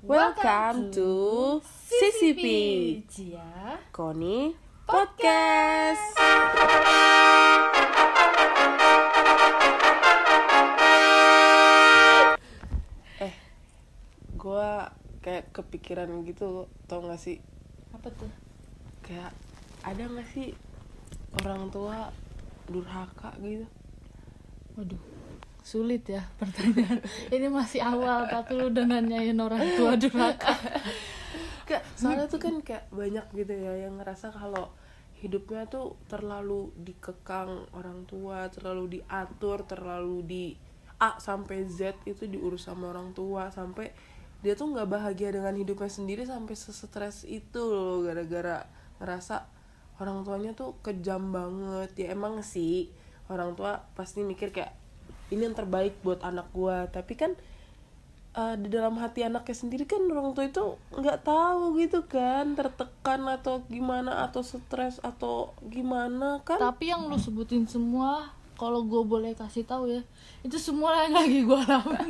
Welcome to CCP Cia Koni Podcast. Gue kayak kepikiran gitu, tau gak sih? Apa tuh? Kayak ada gak sih orang tua durhaka gitu? Waduh, sulit ya pertanyaan. Ini masih awal tapi lu udah nanyain orang tua durhaka. Kayak soalnya tuh kan kayak banyak gitu ya yang ngerasa kalau hidupnya tuh terlalu dikekang orang tua, terlalu diatur, terlalu di A sampai Z itu diurus sama orang tua, sampai dia tuh nggak bahagia dengan hidupnya sendiri, sampai stres itu loh gara-gara ngerasa orang tuanya tuh kejam banget. Ya emang sih orang tua pasti mikir kayak ini yang terbaik buat anak gua, tapi kan di dalam hati anaknya sendiri kan orang tua itu nggak tahu gitu kan, tertekan atau gimana, atau stres atau gimana kan. Tapi yang lu sebutin semua, kalau gue boleh kasih tahu ya, itu semua yang lagi gue alamin.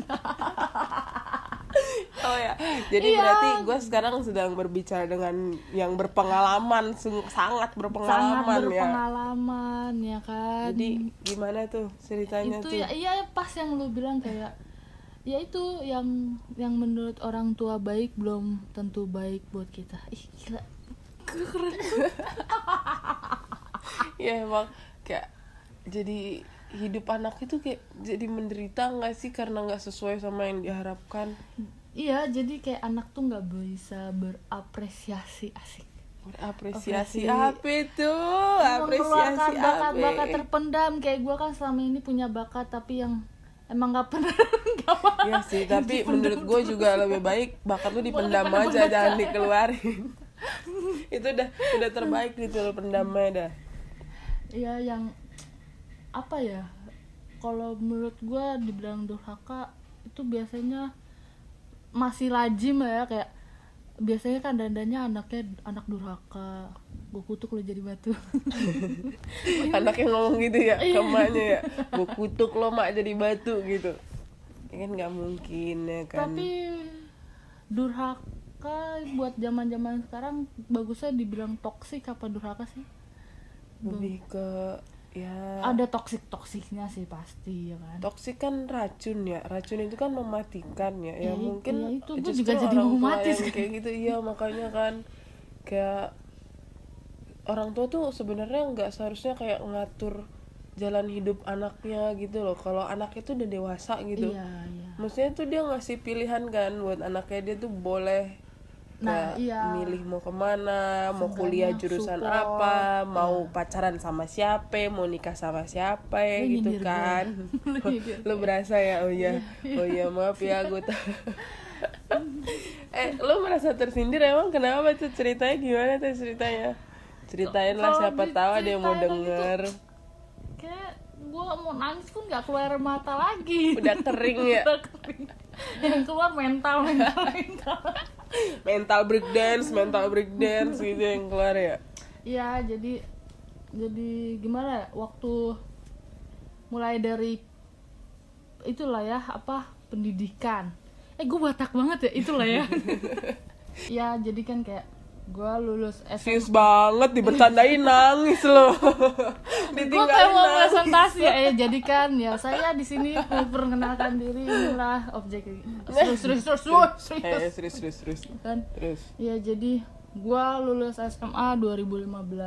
Oh ya, jadi Iya. berarti gue sekarang sedang berbicara dengan yang berpengalaman, sangat berpengalaman, Sangat berpengalaman ya kan. Jadi gimana tuh ceritanya itu tuh? ya, iya pas yang lu bilang kayak ya itu yang menurut orang tua baik belum tentu baik buat kita. Ih gila, keren. Ya emang kayak jadi hidup anak itu kayak jadi menderita nggak sih karena nggak sesuai sama yang diharapkan. Iya, jadi kayak anak tuh nggak bisa berapresiasi, asik. Berapresiasi apa itu? Apresiasi Mengeluarkan apa? bakat-bakat terpendam. Kayak gue kan selama ini punya bakat tapi yang emang nggak pernah nggak mau. Iya sih, tapi menurut gue juga lebih baik bakat lu dipendam aja, jangan dikeluarin. Itu udah terbaik gitu lo pendamnya dah. Iya, yang apa ya? Kalau menurut gue dibilang durhaka itu biasanya masih lazim ya, kayak biasanya kan dandanya anak durhaka, gue kutuk lo jadi batu. Anaknya ngomong gitu ya ke emaknya ya, gue kutuk lo mak jadi batu gitu. Ya kan nggak mungkin ya kan. Tapi durhaka buat zaman sekarang bagusnya dibilang toksik apa durhaka sih? Lebih ke ya Ada toksiknya sih pasti ya kan. toksik kan racun ya, racun itu kan mematikan ya. Ya mungkin ya itu gue justru juga jadi orang mau tua mati yang sih. kayak gitu. Iya makanya kan kayak orang tua tuh sebenarnya nggak seharusnya kayak ngatur jalan hidup anaknya gitu loh. Kalau anaknya tuh udah dewasa gitu, Iya. maksudnya tuh dia ngasih pilihan kan buat anaknya, dia tuh boleh Nah, kayak iya. milih mau kemana, mau Seenggaknya kuliah jurusan support, apa, mau iya. pacaran sama siapa, mau nikah sama siapa Lu gitu nyindir kan. gue. Lu nyindir Lu berasa ya? Oh iya maaf ya gue lu merasa tersindir emang? Kenapa tuh ceritanya, gimana tuh ceritanya? Ceritain lah, Kalau siapa tahu ada yang mau diceritain denger. Kayak gue mau nangis pun nggak keluar mata lagi. Udah kering ya. Udah kering. Yang keluar mental. mental breakdance gitu yang keluar ya. Iya, jadi gimana ya, waktu mulai dari itulah ya, apa, pendidikan. Gue Batak banget ya, itulah ya. Ya, jadi kan kayak gue lulus Serius SMA. banget, dibercandain nangis loh. Gue Ditinggalin kayak mau nangis. presentasi ya, jadi kan ya saya di sini mau perkenalkan diri, inilah objek. Serius Serius. kan. Terus. Ya jadi gue lulus SMA 2015.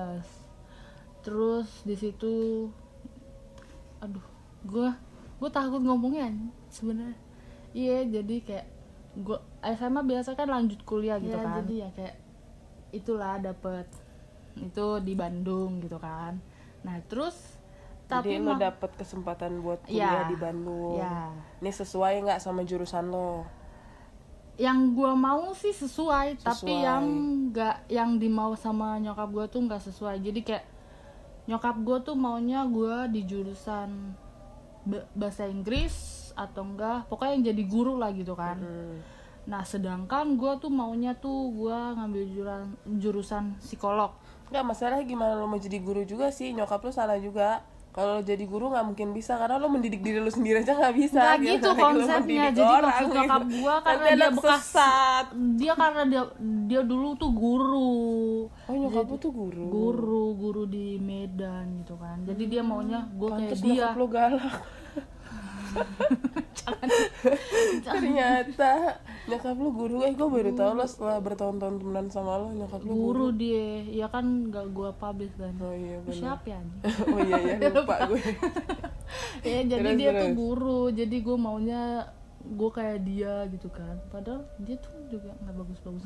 Terus di situ, aduh, gue takut ngomongnya sebenarnya. Iya, jadi kayak gue SMA biasa kan lanjut kuliah gitu kan. Jadi ya kayak itulah dapet itu di Bandung gitu kan. Nah terus Jadi lo dapet kesempatan buat kuliah di Bandung. Ya. Ini sesuai nggak sama jurusan lo? Yang gue mau sih sesuai, tapi yang nggak, yang dimau sama nyokap gue tuh nggak sesuai. Jadi kayak nyokap gue tuh maunya gue di jurusan bahasa Inggris atau enggak, pokoknya yang jadi guru lah gitu kan. Nah sedangkan gue tuh maunya tuh gue ngambil jurusan psikolog. Nggak, masalah gimana lo mau jadi guru juga sih, nyokap lo salah juga. kalau jadi guru nggak mungkin bisa karena lo mendidik diri lo sendiri aja nggak bisa. Nggak gitu konsepnya. Jadi maksud nyokap gue karena dia bekas sesat. Dia karena dia dulu tuh guru. Oh nyokap lo tuh guru. Guru di Medan gitu kan. Jadi dia maunya gue kayak Pantes dia. nyokap lo galak. jangan. Ternyata nyokap lu guru. Gue baru tahu lo setelah bertahun-tahun temenan sama lo nyokap lu Guru dia. Ya kan gak gue publish kan. Oh iya benar. Siapa ya anjing? Oh iya lupa gue. Ya jadi dia tuh guru. Jadi gue maunya gue kayak dia gitu kan. Padahal dia tuh juga nggak bagus-bagus.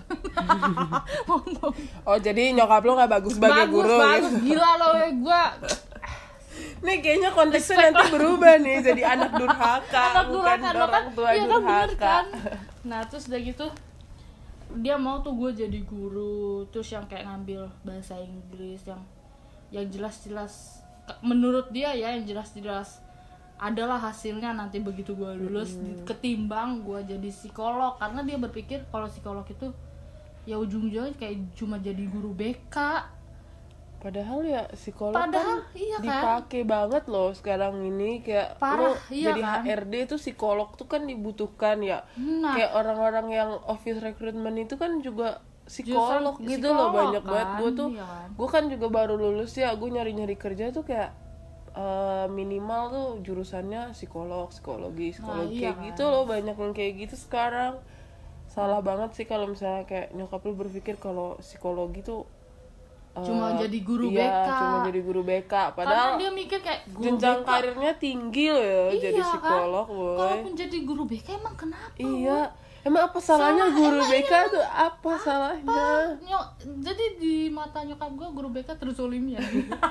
Oh jadi nyokap lo nggak bagus sebagai guru? Bagus gitu. Gila lo gue. Nih kayaknya konteksnya nanti berubah nih jadi anak durhaka, bukan orang tua iya kan, durhaka. kan? Nah terus udah gitu dia mau tuh gue jadi guru, terus yang kayak ngambil bahasa Inggris yang jelas-jelas menurut dia ya, yang jelas-jelas adalah hasilnya nanti begitu gue lulus, ketimbang gue jadi psikolog. Karena dia berpikir kalau psikolog itu ya ujung-ujungnya kayak cuma jadi guru BK. Padahal ya psikolog kan iya dipakai banget loh sekarang ini, kayak parah, lo iya jadi kan? HRD itu psikolog tuh kan dibutuhkan ya. Nah, kayak orang-orang yang office recruitment itu kan juga psikolog justru gitu loh, banyak kan? banget. Gue tuh iya kan? gue kan juga baru lulus ya, gue nyari-nyari kerja tuh kayak minimal tuh jurusannya psikologi iya kayak kan? gitu loh, banyak yang kayak gitu sekarang. Salah banget sih kalau misalnya kayak nyokap lu berpikir kalau psikologi tuh cuma jadi guru iya, BK. cuma jadi guru BK. Karena Padahal dia mikir kayak guru jenjang BK, karirnya tinggi loh ya, iya, jadi psikolog kan? boy. Kalaupun jadi guru BK emang kenapa? Iya, emang apa salahnya guru BK iya, tuh apa salahnya? Jadi di mata nyokap gue guru BK terzolim ya.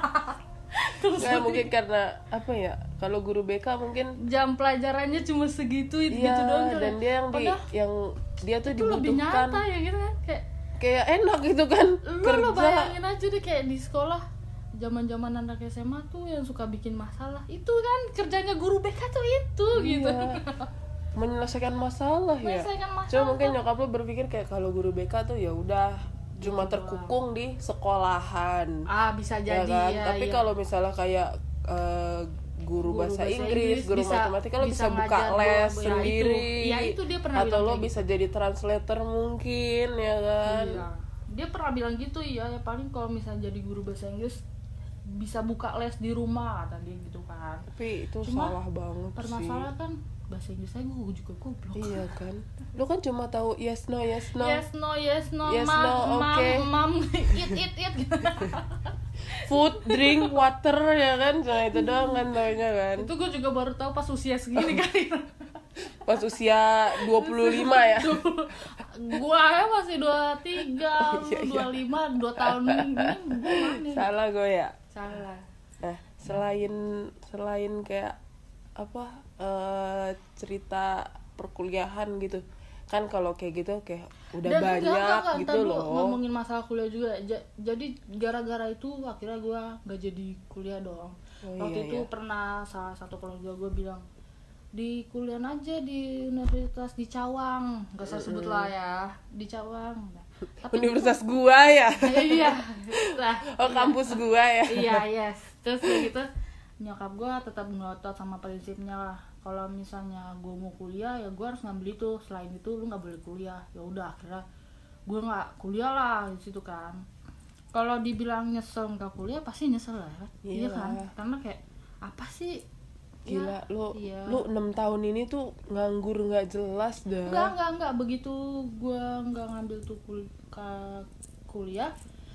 Nggak, mungkin karena apa ya, kalau guru BK mungkin jam pelajarannya cuma segitu itu iya, gitu doang. dan dia yang dia tuh itu lebih dibutuhkan nyata ya gitu kan, kayak enak gitu kan kerja. Lo bayangin aja deh kayak di sekolah zaman-zaman anak SMA tuh yang suka bikin masalah, itu kan kerjanya guru BK tuh itu gitu. Menyelesaikan masalah ya. Cuma mungkin nyokap lu berpikir kayak kalau guru BK tuh ya udah cuma terkukung di sekolahan. Bisa ya jadi kan? ya. Tapi kalau misalnya kayak guru bahasa Inggris, guru matematika, lo bisa buka les sendiri. Itu dia pernah atau lo gitu. bisa jadi translator mungkin ya kan. Iya. Dia pernah bilang gitu ya paling kalau misalnya jadi guru bahasa Inggris bisa buka les di rumah tadi gitu kan. Tapi itu cuma salah banget sih. Permasalahan kan bahasa Inggris saya gue juga goblok. Iya kan. Lo kan cuma tahu yes no yes no okay. mam eat gitu. Food, drink, water ya kan, cuma itu doang kan taunya kan. Itu gue juga baru tahu pas usia segini kan. Pas usia 25 ya. Gua masih 23, lu 25, 2 tahun ini. Salah gue ya. Salah. Nah, selain kayak apa cerita perkuliahan gitu. Kan kalau kayak gitu kayak udah dan banyak enggak, gitu loh. Ngomongin masalah kuliah juga. Jadi gara-gara itu akhirnya gue nggak jadi kuliah dong. Waktu itu pernah salah satu keluarga gue bilang di kuliah aja di universitas di Cawang, nggak usah sebut lah ya, di Cawang. Tapi universitas gua ya. Iya. Kampus gua ya. Iya, yes. Terus kayak gitu nyokap gue tetap ngotot sama prinsipnya lah. Kalau misalnya gue mau kuliah ya gue harus ngambil itu, selain itu lu nggak boleh kuliah. Ya udah akhirnya gue nggak kuliah lah di situ kan. Kalau dibilang nyesel nggak kuliah pasti nyesel lah kan. Iya kan, karena kayak apa sih gila ya, lu 6 tahun ini tuh nganggur nggak jelas dah. Enggak begitu gue nggak ngambil tuh kuliah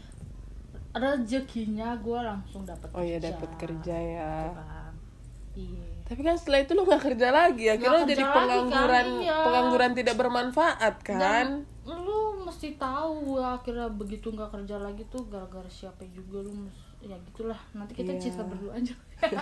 rezekinya gue langsung dapat kerja. Oh iya, dapat kerja ya. Iya. Tapi kan setelah itu lu nggak kerja lagi, akhirnya jadi pengangguran, kan? Iya. Pengangguran tidak bermanfaat kan. Dan lu mesti tahu akhirnya begitu nggak kerja lagi tuh gara-gara siapa juga lu, ya gitulah. Nanti kita cerita berdua aja.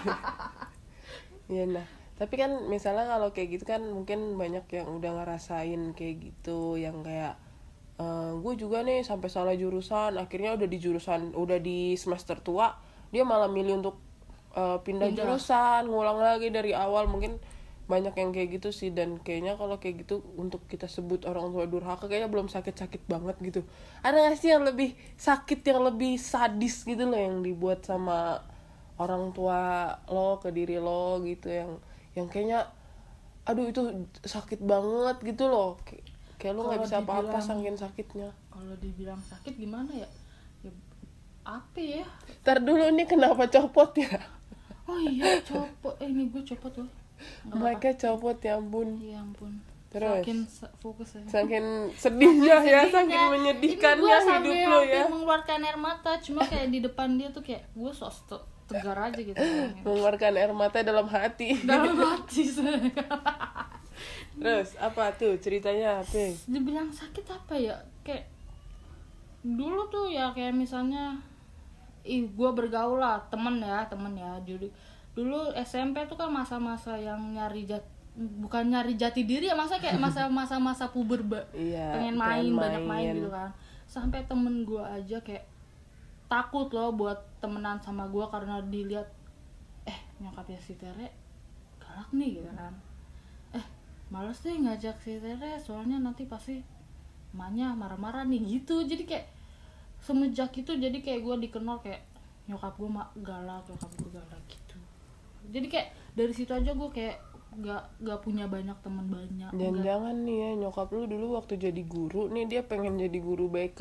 Iya nah. Tapi kan misalnya kalau kayak gitu kan mungkin banyak yang udah ngerasain kayak gitu, yang kayak gue juga nih sampai salah jurusan, akhirnya udah di semester tua dia malah milih untuk pindah jurusan, ngulang lagi dari awal. Mungkin banyak yang kayak gitu sih. Dan kayaknya kalau kayak gitu untuk kita sebut orang tua durhaka kayaknya belum sakit-sakit banget gitu. Ada gak sih yang lebih sakit, yang lebih sadis gitu loh, yang dibuat sama orang tua lo ke diri lo gitu, yang kayaknya aduh itu sakit banget gitu loh, kayak lo nggak bisa apa-apa saking sakitnya. Kalau dibilang sakit gimana ya, ya apa ya. Ntar dulu nih kenapa copot ya? Oh iya copot, ini gue copot loh. Mereka copot, ya ampun. Ya ampun. Terus saking fokus ya. Saking sedihnya ya, saking menyedihkannya hidup lo ya. Mengeluarkan air mata, cuma kayak di depan dia tuh kayak gue tegar aja gitu. Mengeluarkan air mata dalam hati. Dalam hati. Terus apa tuh ceritanya apa? Dibilang sakit apa ya, kayak dulu tuh ya kayak misalnya gue bergaul lah, temen ya. Jadi dulu SMP tuh kan masa-masa yang bukan nyari jati diri ya, kayak masa puber iya, pengen main, banyak main gitu kan. Sampai temen gue aja kayak takut loh buat temenan sama gue karena dilihat nyokapnya si Tere galak nih gitu kan. Males deh ngajak si Tere, soalnya nanti pasti emaknya marah-marah nih gitu. Jadi kayak semenjak itu jadi kayak gue dikenal kayak nyokap gue galak gitu. Jadi kayak dari situ aja gue kayak gak punya banyak teman banyak. Jangan-jangan nih ya nyokap lu dulu waktu jadi guru nih dia pengen jadi guru BK.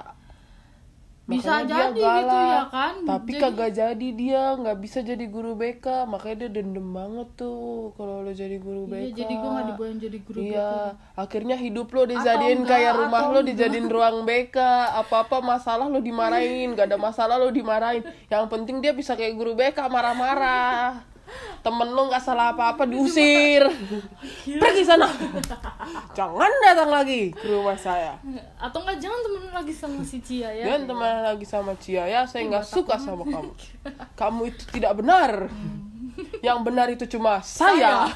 Bisa makanya jadi gitu ya kan. Tapi kagak jadi, dia nggak bisa jadi guru BK, makanya dia dendam banget tuh kalau lo jadi guru BK. Iya, jadi gue nggak dibolehin jadi guru BK. Iya, akhirnya hidup lo dijadiin kayak rumah lo dijadiin ruang BK. Apa-apa masalah lo dimarahin, gak ada masalah lo dimarahin. Yang penting dia bisa kayak guru BK marah-marah. Temen lo nggak salah apa-apa diusir. Pergi sana. Jangan datang lagi ke rumah saya. Atau nggak, jangan temen lagi sama si Cia ya. Jangan teman lagi sama Cia ya, saya nggak suka sama kamu. Kamu itu tidak benar. Yang benar itu cuma saya.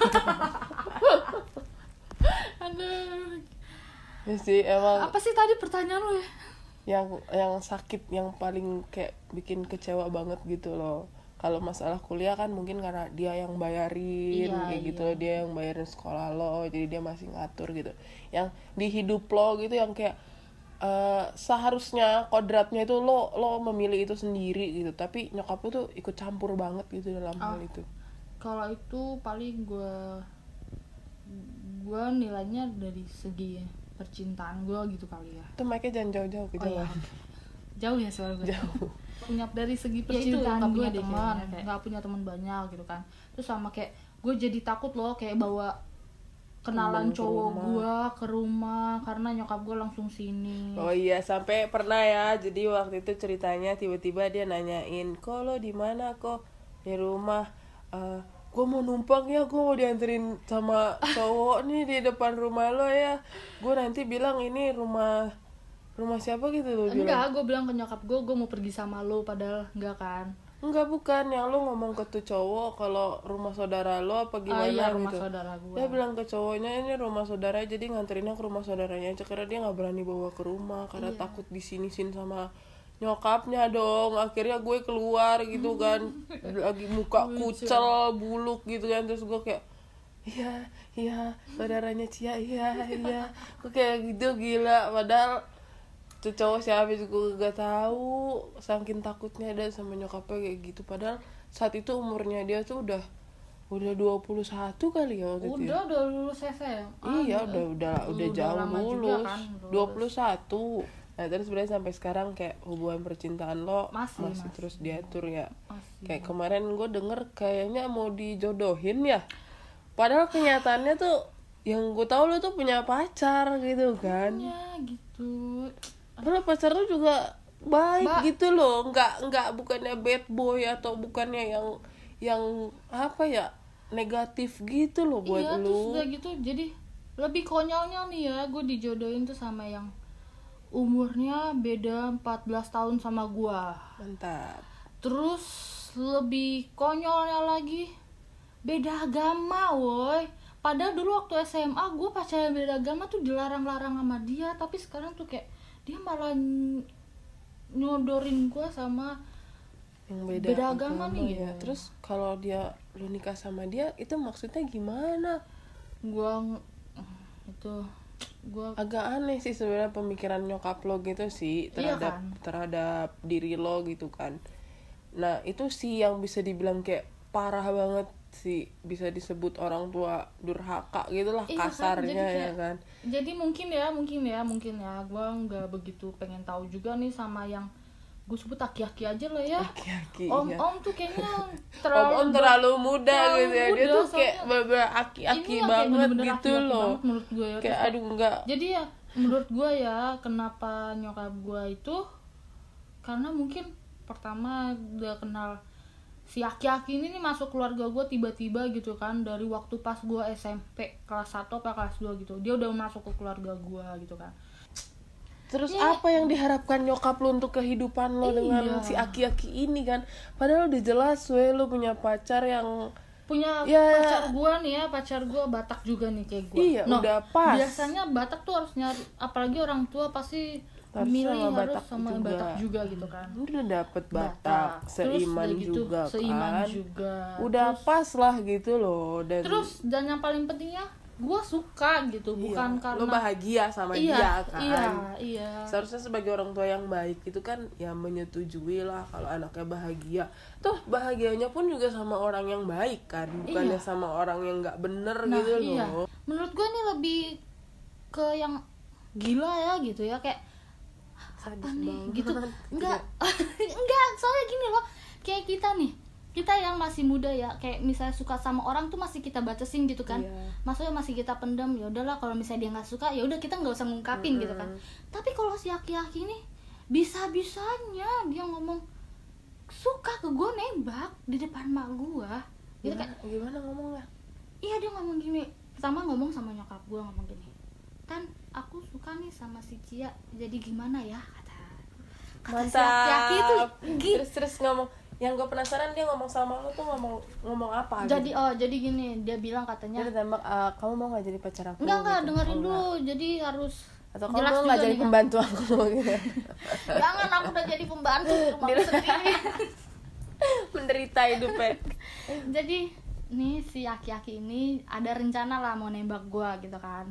Aduh. Ya sih emang. Apa sih tadi pertanyaan lo ya? Yang sakit, yang paling kayak bikin kecewa banget gitu loh. Kalau masalah kuliah kan mungkin karena dia yang bayarin, kayak gitu loh, dia yang bayarin sekolah lo, jadi dia masih ngatur gitu. Yang di hidup lo gitu yang kayak seharusnya kodratnya itu lo memilih itu sendiri gitu, tapi nyokap lo tuh ikut campur banget gitu dalam hal itu. Kalau itu paling gue nilainya dari segi percintaan gue gitu kali ya. Itu mereka jangan jauh-jauh gitu. Iya. Jauh ya suara gue. Jauh. Punya dari segi percintaan gue teman, nggak punya teman banyak gitu kan. Terus sama kayak gue jadi takut loh kayak bawa kenalan cowok gue ke rumah karena nyokap gue langsung sini. Oh iya, sampai pernah ya, jadi waktu itu ceritanya tiba-tiba dia nanyain, kok lo di mana, kok di rumah, gue mau numpang ya, gue mau dianterin sama cowok nih di depan rumah lo ya. Gue nanti bilang ini rumah siapa gitu lo bilang. Enggak, gue bilang ke nyokap gue mau pergi sama lo, padahal enggak kan. Enggak, bukan, yang lo ngomong ke tuh cowok kalau rumah saudara lo apa gimana iya, rumah gitu. Saudara gue. Dia bilang ke cowoknya ini rumah saudara, jadi nganterinnya ke rumah saudaranya aja karena dia nggak berani bawa ke rumah karena takut disinisin sama nyokapnya dong. Akhirnya gue keluar gitu kan, lagi muka kucel, buluk gitu kan, terus gue kayak iya saudaranya Cia, iya gue kayak gitu, gila. Padahal tuh cowok siapa juga gak tahu, saking takutnya dan sama nyokapnya kayak gitu. Padahal saat itu umurnya dia tuh udah 21 kali ya waktu itu. Udah lulus SMA. Iya, udah jauh lulus. Kan, 21. Nah, terus sebenarnya sampai sekarang kayak hubungan percintaan lo masih terus diatur ya. Masih. Kayak kemarin gue denger kayaknya mau dijodohin ya. Padahal kenyataannya tuh yang gue tahu lo tuh punya pacar gitu kan. Ya gitu. Padahal pacar lo juga baik gitu loh, nggak bukannya bad boy atau bukannya yang apa ya, negatif gitu loh buat iya, lu. Terus udah gitu jadi lebih konyolnya nih ya, gue dijodohin tuh sama yang umurnya beda 14 tahun sama gue. Mantap. Terus lebih konyolnya lagi beda agama woi. Padahal dulu waktu SMA gue pacaran beda agama tuh dilarang-larang sama dia, tapi sekarang tuh kayak dia malah nyodorin gue sama yang beda agama nih ya. Terus kalau dia lu nikah sama dia itu maksudnya gimana? Gue agak aneh sih sebenarnya pemikiran nyokap lo gitu sih terhadap diri lo gitu kan. Nah itu sih yang bisa dibilang kayak parah banget sih, bisa disebut orang tua durhaka gitulah Iya kan, kasarnya jadi ya kayak, kan. jadi mungkin ya gue nggak begitu pengen tahu juga nih sama yang gue sebut aki-aki aja lah ya. Aki-aki, Om iya. tuh kayaknya Om terlalu muda gitu ya, dia tuh kayak soalnya bener aki-aki ini yang kayak banget bener-bener gitu aki-aki loh, banget menurut gue ya. kayak Terus aduh enggak. jadi ya menurut gue ya, kenapa nyokap gue itu, karena mungkin pertama udah kenal si aki-aki ini nih masuk keluarga gue tiba-tiba gitu kan, dari waktu pas gue SMP kelas 1 atau kelas 2 gitu, dia udah masuk ke keluarga gue gitu kan. Terus Ya. apa yang diharapkan nyokap lu untuk kehidupan lo dengan Iya. si aki-aki ini kan, padahal udah jelas lu punya pacar yang Punya Ya. pacar gue nih ya, pacar gue Batak juga nih kayak gue. Iya, udah pas. Biasanya Batak tuh harus nyari, apalagi orang tua pasti Harus milih sama harus Batak sama juga. Batak juga gitu kan. udah dapet Batak, seiman Terus udah gitu, juga seiman kan, juga. udah Terus- pas lah gitu loh. dan yang paling pentingnya gue suka gitu, bukan iya, karena lo bahagia sama iya, dia kan. iya. Seharusnya sebagai orang tua yang baik itu kan ya menyetujui lah kalau anaknya bahagia. Tuh bahagianya pun juga sama orang yang baik kan, bukannya Iya. sama orang yang nggak bener Nah, gitu iya. loh. Menurut gue ini lebih ke yang gila ya gitu ya, kayak Sadis apa nih banget. gitu. Enggak. Enggak, soalnya gini loh. Kayak kita yang masih muda ya, kayak misalnya suka sama orang tuh masih kita batasin gitu kan. Iya. Maksudnya masih kita pendam, ya udahlah kalau misalnya dia nggak suka ya udah kita nggak usah ngungkapin gitu kan. Tapi kalau si aki-aki ini bisa-bisanya dia ngomong suka ke gue, nembak di depan mak gue gitu kan. Gimana ngomongnya? Iya, dia ngomong gini, pertama ngomong sama nyokap gue, ngomong gini, Tan, aku suka nih sama si Cia, jadi gimana ya, kata si aki-aki itu gitu. Terus ngomong, yang gue penasaran dia ngomong sama lo tuh ngomong apa Jadi gitu? jadi gini, dia bilang katanya, Dia tembak, kamu mau nggak jadi pacar aku? enggak gitu? dengerin Oh, dulu, enggak. jadi harus Atau kamu jelas mau juga nggak jadi nih, pembantu aku gitu? jangan, aku udah jadi pembantu rumah sendiri. Menderita hidupnya. Jadi nih si aki-aki ini ada rencana lah mau nembak gue gitu kan.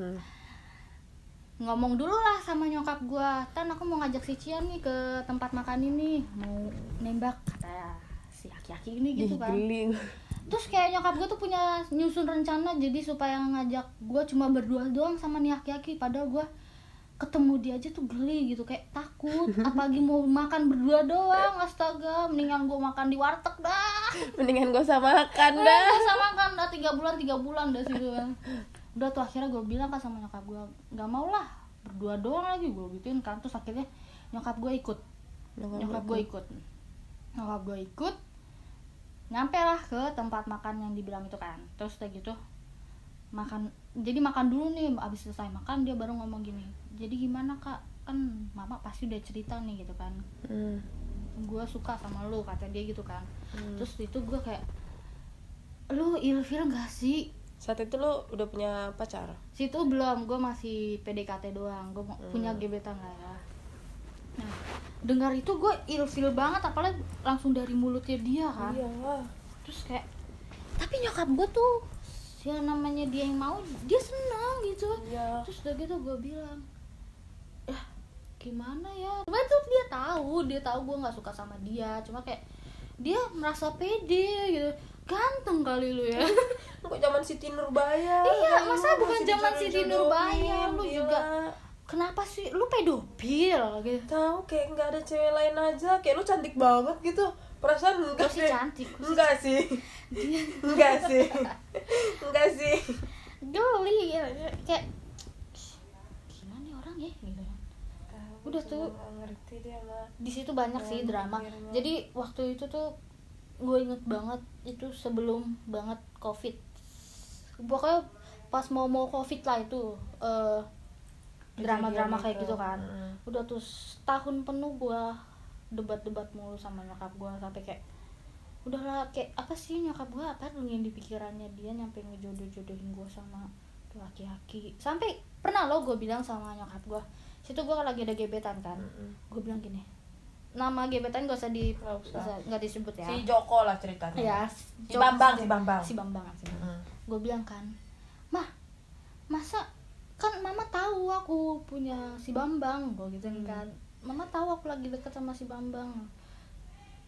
Ngomong dulu lah sama nyokap gue, Tan, aku mau ngajak si Cia nih ke tempat makan ini, mau nembak, kata si aki-aki ini gitu kan. Geling. Terus kayak nyokap gue tuh punya nyusun rencana, jadi supaya ngajak gue cuma berdua doang sama nih aki-aki, padahal gue ketemu dia aja tuh geli gitu, kayak takut, apalagi mau makan berdua doang, astaga, mendingan gue makan di warteg dah. Mendingan gak usah makan dah. Dah sama kan, dah 3 bulan dah situ kan. Udah tuh akhirnya gue bilang kan sama nyokap gue, nggak mau lah, berdua doang lagi gue gituin kan. Terus akhirnya nyokap gue ikut, nyampe lah ke tempat makan yang dibilang itu kan. Terus udah gitu makan, jadi makan dulu nih, abis selesai makan dia baru ngomong gini, jadi gimana kak, kan mama pasti udah cerita nih gitu kan, gue suka sama lu, kata dia gitu kan. Terus itu gue kayak, lu ilfil gak sih? Saat itu lo udah punya pacar? Situ belum, gue masih PDKT doang, gue punya gebetan lah ya. Nah, dengar itu gue ilfil banget, apalagi langsung dari mulutnya dia kan. Iya. Terus kayak, tapi nyokap gue tuh yang namanya dia yang mau, dia senang gitu. Iya. Terus udah gitu gue bilang, gimana ya, cuma tuh dia tahu gue nggak suka sama dia, cuma kayak dia merasa pede gitu. Ganteng kali lu ya. Kok zaman Siti Nurbaya? Iya, masa Lu bukan masih zaman Siti Nurbaya, lu gila. juga kenapa sih lu pedofil gitu. Tahu kayak nggak ada cewek lain aja, kayak lu cantik banget gitu. Perasaan enggak Gue sih deh. cantik, Enggak sih. Enggak sih. Enggak sih. geli ya. Kayak gimana nih orang ya gitu. Udah tuh Nggak ngerti dia mah. di situ banyak sih drama. mikirnya. Jadi waktu itu tuh gue inget banget, itu sebelum banget COVID, pokoknya pas mau COVID lah itu drama-drama kayak gitu kan. Udah tuh setahun penuh gue debat-debat mulu sama nyokap gue, sampai kayak udahlah, kayak apa sih nyokap gue, apa dulu yang di pikirannya dia nyampe ngejodoh-jodohin gue sama laki-laki. Sampai pernah lo gue bilang sama nyokap gue, situ gue lagi ada gebetan kan, gue bilang gini, nama gebetan gak usah nggak disebut ya, Si Joko lah ceritanya. ya Si Bambang. Gue bilang kan, mah masa kan mama tahu aku punya si Bambang, gue gitu kan, mama tahu aku lagi deket sama si Bambang,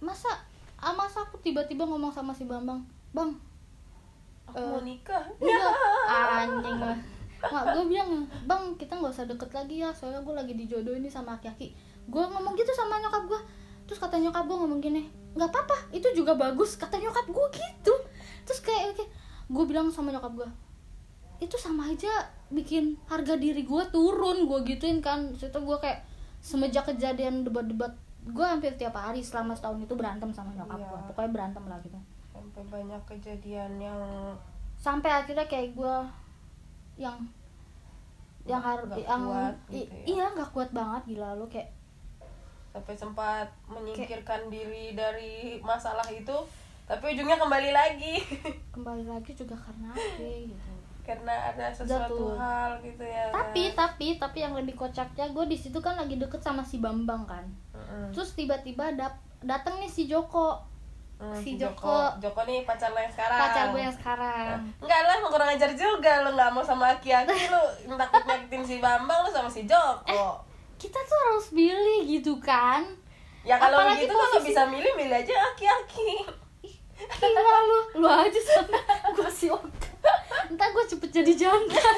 masa aku tiba-tiba ngomong sama si Bambang, Bang, aku mau nikah. enggak, anjing lah. Mak gue bilang, Bang, kita nggak usah deket lagi ya, soalnya gue lagi dijodohin nih sama aki-aki. Gue ngomong gitu sama nyokap gue. Terus kata nyokap gue ngomong gini, nggak apa-apa, itu juga bagus, kata nyokap gue gitu. Terus kayak gue bilang sama nyokap gue, itu sama aja bikin harga diri gue turun, gue gituin kan. Situ gue kayak semenjak kejadian debat-debat, gue hampir tiap hari selama setahun itu berantem sama nyokap gue, pokoknya berantem lah gitu. Sampai banyak kejadian yang sampai akhirnya kayak gue yang harus yang kuat gitu ya. Iya nggak kuat banget, gila lu, kayak sampai sempat menyingkirkan diri dari masalah itu, tapi ujungnya kembali lagi juga karena apa gitu, karena ada sesuatu hal gitu ya. Tapi yang lebih kocaknya, gue di situ kan lagi deket sama si Bambang kan. Terus tiba-tiba datang nih si Joko. Si Joko nih pacar lo yang sekarang. Pacar gue yang sekarang. Enggak lah, mau kurang ajar juga lo, nggak mau sama aki-aki lo, takut nyakitin si Bambang, lo sama si Joko. Kita tuh harus pilih gitu kan. Ya kalau apalagi begitu kalau bisa milih aja aki-aki. Gila lu aja sama gue si Oka. Entah gue cepet jadi jantan.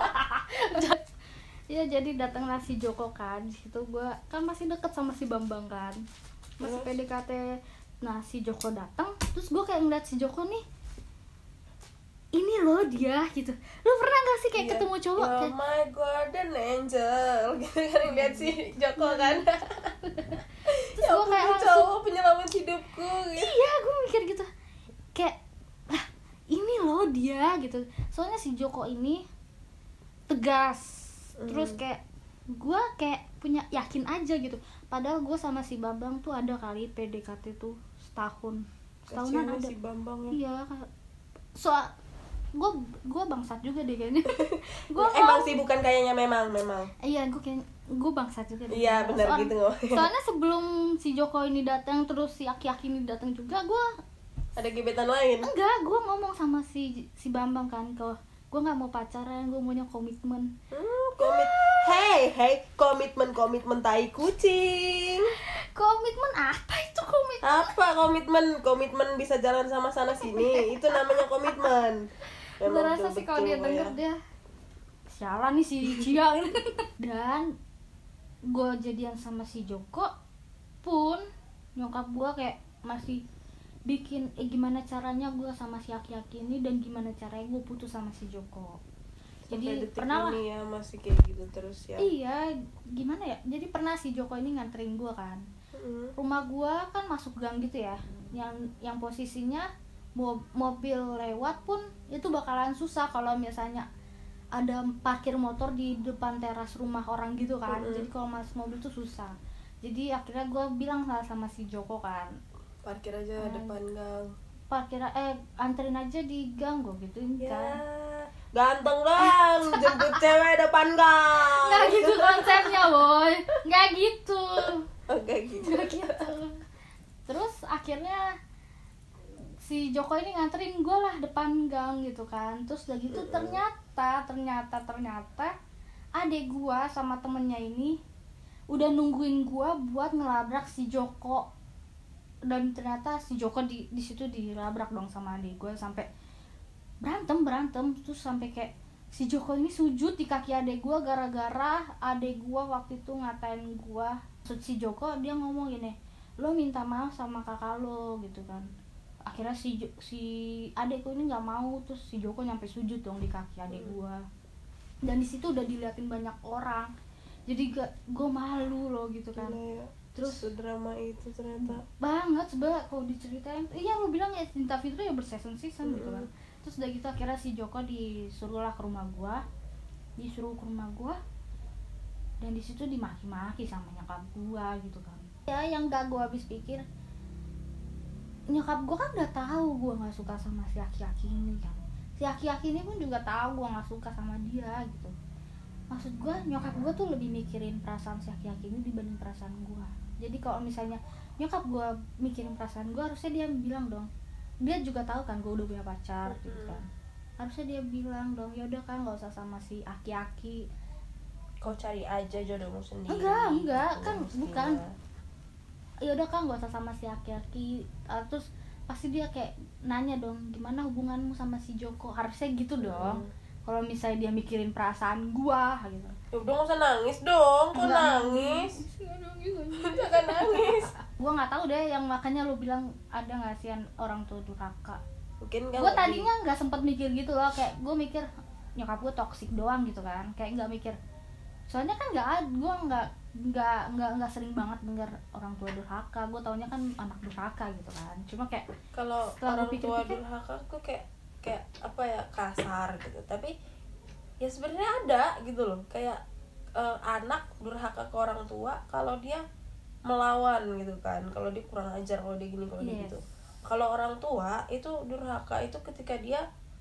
Ya jadi datanglah si Joko kan. Di situ gue kan masih deket sama si Bambang kan, masih PDKT. Nah si Joko datang, terus gue kayak ngeliat si Joko nih, ini loh dia gitu. Lu pernah gak sih kayak ketemu cowok kayak, oh my golden angel gitu kan, lihat si Joko kan. Terus gue kayak cowok penyelamat hidupku gitu. Iya, gue mikir gitu, kayak lah ini loh dia gitu. Soalnya si Joko ini tegas, terus kayak gue kayak punya yakin aja gitu. Padahal gue sama si Bambang tuh ada kali PDKT tuh setahunan ada. Si Bambang ya. Iya, soal gue bangsat juga deh kayaknya. Gue emang sih, bukan kayaknya, memang iya, gue bangsat juga deh. Iya benar gitu. Soalnya sebelum si Joko ini datang, terus si aki-aki ini datang juga, gue ada gebetan lain. Enggak, gue ngomong sama si Bambang kan, kalau gue nggak mau pacaran, gue maunya komitmen. Hey, komitmen tai kucing. Komitmen apa itu komitmen? Apa komitmen bisa jalan sama sana sini, itu namanya komitmen. Gue rasa sih kalau dia denger dia sialan nih si Cia. Dan gue jadian sama si Joko pun nyokap gue kayak masih bikin gimana caranya gue sama si aki-aki ini, dan gimana caranya gue putus sama si Joko. Jadi pernah lah ya masih kayak gitu terus ya. Iya, gimana ya, jadi pernah si Joko ini nganterin gue kan. Rumah gue kan masuk gang gitu ya, yang posisinya mobil lewat pun itu bakalan susah kalau misalnya ada parkir motor di depan teras rumah orang gitu kan. Jadi kalau masuk mobil tuh susah. Jadi akhirnya gue bilang sama si Joko kan, parkir aja depan gang. Anterin aja di gang, gue gituin kan. Ganteng dong, jemput cewek depan gang. Nggak gitu konsepnya, boy. Nggak gitu. Nggak gitu. Terus akhirnya si Joko ini nganterin gue lah depan gang gitu kan. Terus udah gitu ternyata adek gue sama temennya ini udah nungguin gue buat ngelabrak si Joko. Dan ternyata si Joko di situ dilabrak dong sama adek gue, sampai berantem. Terus sampai kayak si Joko ini sujud di kaki adek gue gara-gara adek gue waktu itu ngatain gue. Si Joko dia ngomong gini, lo minta maaf sama kakak lo gitu kan. Akhirnya si adekku ini nggak mau, terus si Joko nyampe sujud dong di kaki adek gue. Dan di situ udah diliatin banyak orang, jadi gue malu loh gitu kan. Terus drama itu ternyata banget sebenernya kalau diceritain. Iya, lo bilang ya Cinta Fitri ya berseason-season gitu kan. Terus udah gitu akhirnya si Joko disuruh ke rumah gue, dan di situ dimaki-maki sama nyokap gue gitu kan. Ya yang gak gue habis pikir, nyokap gue kan udah tahu gue nggak suka sama si aki-aki ini kan. Si aki-aki ini pun juga tahu gue nggak suka sama dia gitu. Maksud gue, nyokap gue tuh lebih mikirin perasaan si aki-aki ini dibanding perasaan gue. Jadi kalau misalnya nyokap gue mikirin perasaan gue, harusnya dia bilang dong. Dia juga tahu kan gue udah punya pacar gitu kan. Harusnya dia bilang dong, ya udah kan nggak usah sama si aki-aki, kau cari aja jodohmu sendiri. Enggak kan bukan. ya udah Kak, gak usah sama si aki-aki. Terus pasti dia kayak nanya dong, gimana hubunganmu sama si Joko, harusnya gitu dong. Kalau misalnya dia mikirin perasaan gua gitu. Ya udah nggak usah nangis dong, kok nangis? Jangan nangis. Gua nggak tahu deh, yang makanya lu bilang ada nggak sih orang tua durhaka. Mungkin Gua tadinya nggak sempet mikir gitu loh, kayak gua mikir nyokap gua toksik doang gitu kan, kayak nggak mikir. Soalnya kan gua nggak sering banget dengar orang tua durhaka. Gua taunya kan anak durhaka gitu kan. Cuma kayak kalau orang tua durhaka tuh kayak apa ya, kasar gitu. Tapi ya sebenarnya ada gitu loh, kayak anak durhaka ke orang tua kalau dia melawan gitu kan, kalau dia kurang ajar, kalau dia gini, kalau dia gitu. Kalau orang tua itu durhaka itu ketika dia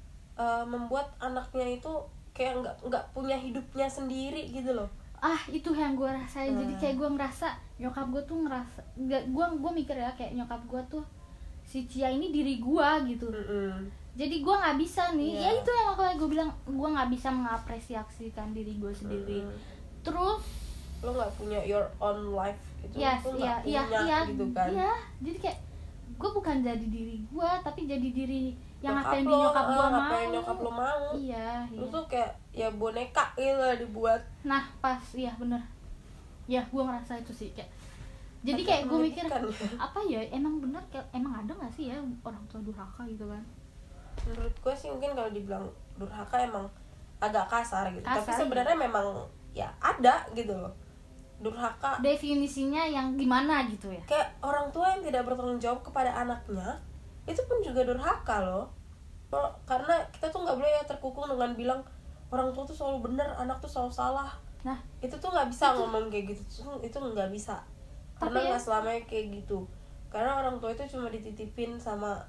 membuat anaknya itu kayak nggak punya hidupnya sendiri gitu loh. Itu yang gue rasain. Jadi kayak gue ngerasa nyokap gue tuh ngerasa gue mikir ya, kayak nyokap gue tuh si Cia ini diri gue gitu. Jadi gue nggak bisa nih, ya itu yang makanya gue bilang gue nggak bisa mengapresiasikan diri gue sendiri. Terus lo nggak punya your own life gitu, lo nggak punya gitu kan. Iya, jadi kayak gue bukan jadi diri gue, tapi jadi diri yang nyokap apa yang lo, nyokap gue mau. apa yang nyokap lo mau. Iya. Lo tuh kayak ya boneka gitu lah dibuat. Nah pas, iya bener. Ya gue ngerasa itu sih kayak. Jadi kayak gue mikir apa ya, emang bener, kayak emang ada nggak sih ya orang tua durhaka gitu kan? Menurut gue sih mungkin kalau dibilang durhaka emang agak kasar gitu. Tapi Kasar, sebenarnya memang ya ada gitu loh. Durhaka definisinya yang gimana gitu ya? Kayak orang tua yang tidak bertanggung jawab kepada anaknya, itu pun juga durhaka loh. Karena kita tuh nggak boleh ya terkukung dengan bilang orang tua tuh selalu benar, anak tuh selalu salah. Nah itu tuh nggak bisa ngomong kayak gitu, itu nggak bisa. Karena nggak selamanya kayak gitu. Karena orang tua itu cuma dititipin sama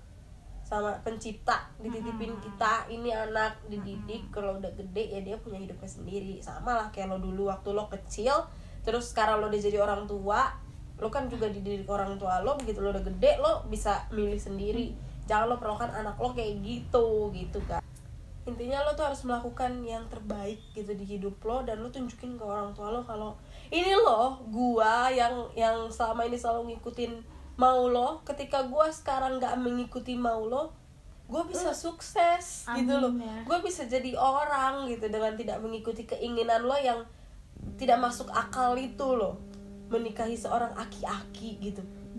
pencipta, dititipin kita, ini anak dididik. Kalau udah gede ya dia punya hidupnya sendiri. Sama lah kayak lo dulu waktu lo kecil, terus sekarang lo udah jadi orang tua, lo kan juga dididik orang tua lo. Begitu lo udah gede lo bisa milih sendiri. Jangan lo perlakukan anak lo kayak gitu kan. Intinya lo tuh harus melakukan yang terbaik gitu di hidup lo, dan lo tunjukin ke orang tua lo kalau ini loh gua yang selama ini selalu ngikutin mau lo. Ketika gua sekarang gak mengikuti mau lo, gua bisa sukses. Amin, gitu loh ya. Gua bisa jadi orang gitu dengan tidak mengikuti keinginan lo yang tidak masuk akal itu loh, menikahi seorang aki-aki gitu.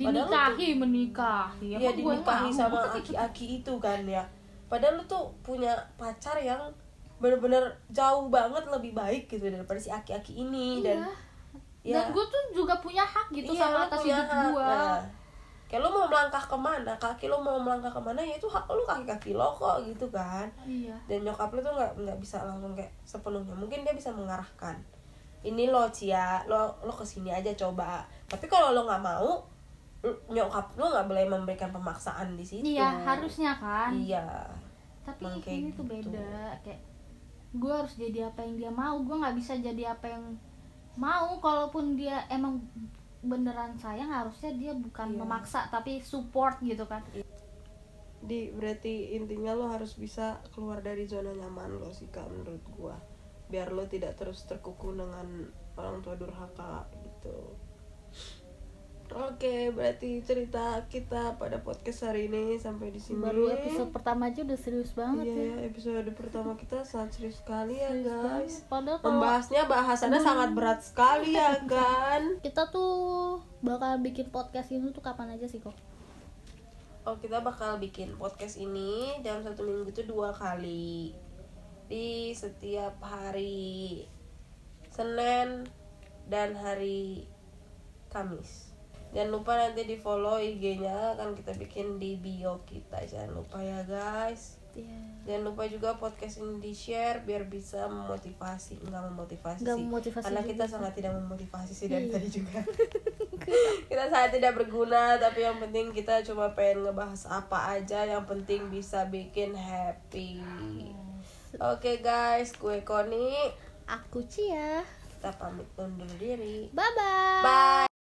Menikahi ya dinikahi sama aki-aki itu kan ya. Padahal lu tuh punya pacar yang bener-bener jauh banget lebih baik gitu daripada si aki-aki ini. Dan gue tuh juga punya hak gitu sama atas hidup gue. Kayak lu mau melangkah kemana, kaki lu mau melangkah kemana, ya itu hak lu, kaki-kaki lo kok gitu kan. Dan nyokap lu tuh nggak bisa langsung kayak sepenuhnya. Mungkin dia bisa mengarahkan, ini lo Cia, lo kesini aja coba. Tapi kalau lo nggak mau, nyokap lo nggak boleh memberikan pemaksaan di situ. Iya, harusnya kan. Iya. Tapi ini tuh beda, kayak gue harus jadi apa yang dia mau, gue nggak bisa jadi apa yang mau. Kalaupun dia emang beneran sayang, harusnya dia bukan memaksa tapi support gitu kan. Berarti intinya lo harus bisa keluar dari zona nyaman lo sih Kak, menurut gue, biar lo tidak terus terkukung dengan orang tua durhaka gitu. Oke, berarti cerita kita pada podcast hari ini sampai di sini. Baru episode pertama aja udah serius banget ya. Episode pertama kita sangat serius sekali ya guys. Padahal membahasnya bahasannya sangat berat sekali ya kan. Kita tuh bakal bikin podcast ini tuh kapan aja sih kok? Kita bakal bikin podcast ini dalam 1 minggu itu 2 kali. Di setiap hari Senin dan hari Kamis. Jangan lupa nanti di follow IG-nya, kan kita bikin di bio kita. Jangan lupa ya guys. Jangan lupa juga podcast ini di share biar bisa memotivasi. Enggak memotivasi sih, karena kita sangat tidak memotivasi sih dari tadi juga. Kita sangat tidak berguna, tapi yang penting kita cuma pengen ngebahas apa aja yang penting bisa bikin happy. Oke guys, gue Koni, aku Cia. Kita pamit undur diri. Bye bye. Bye.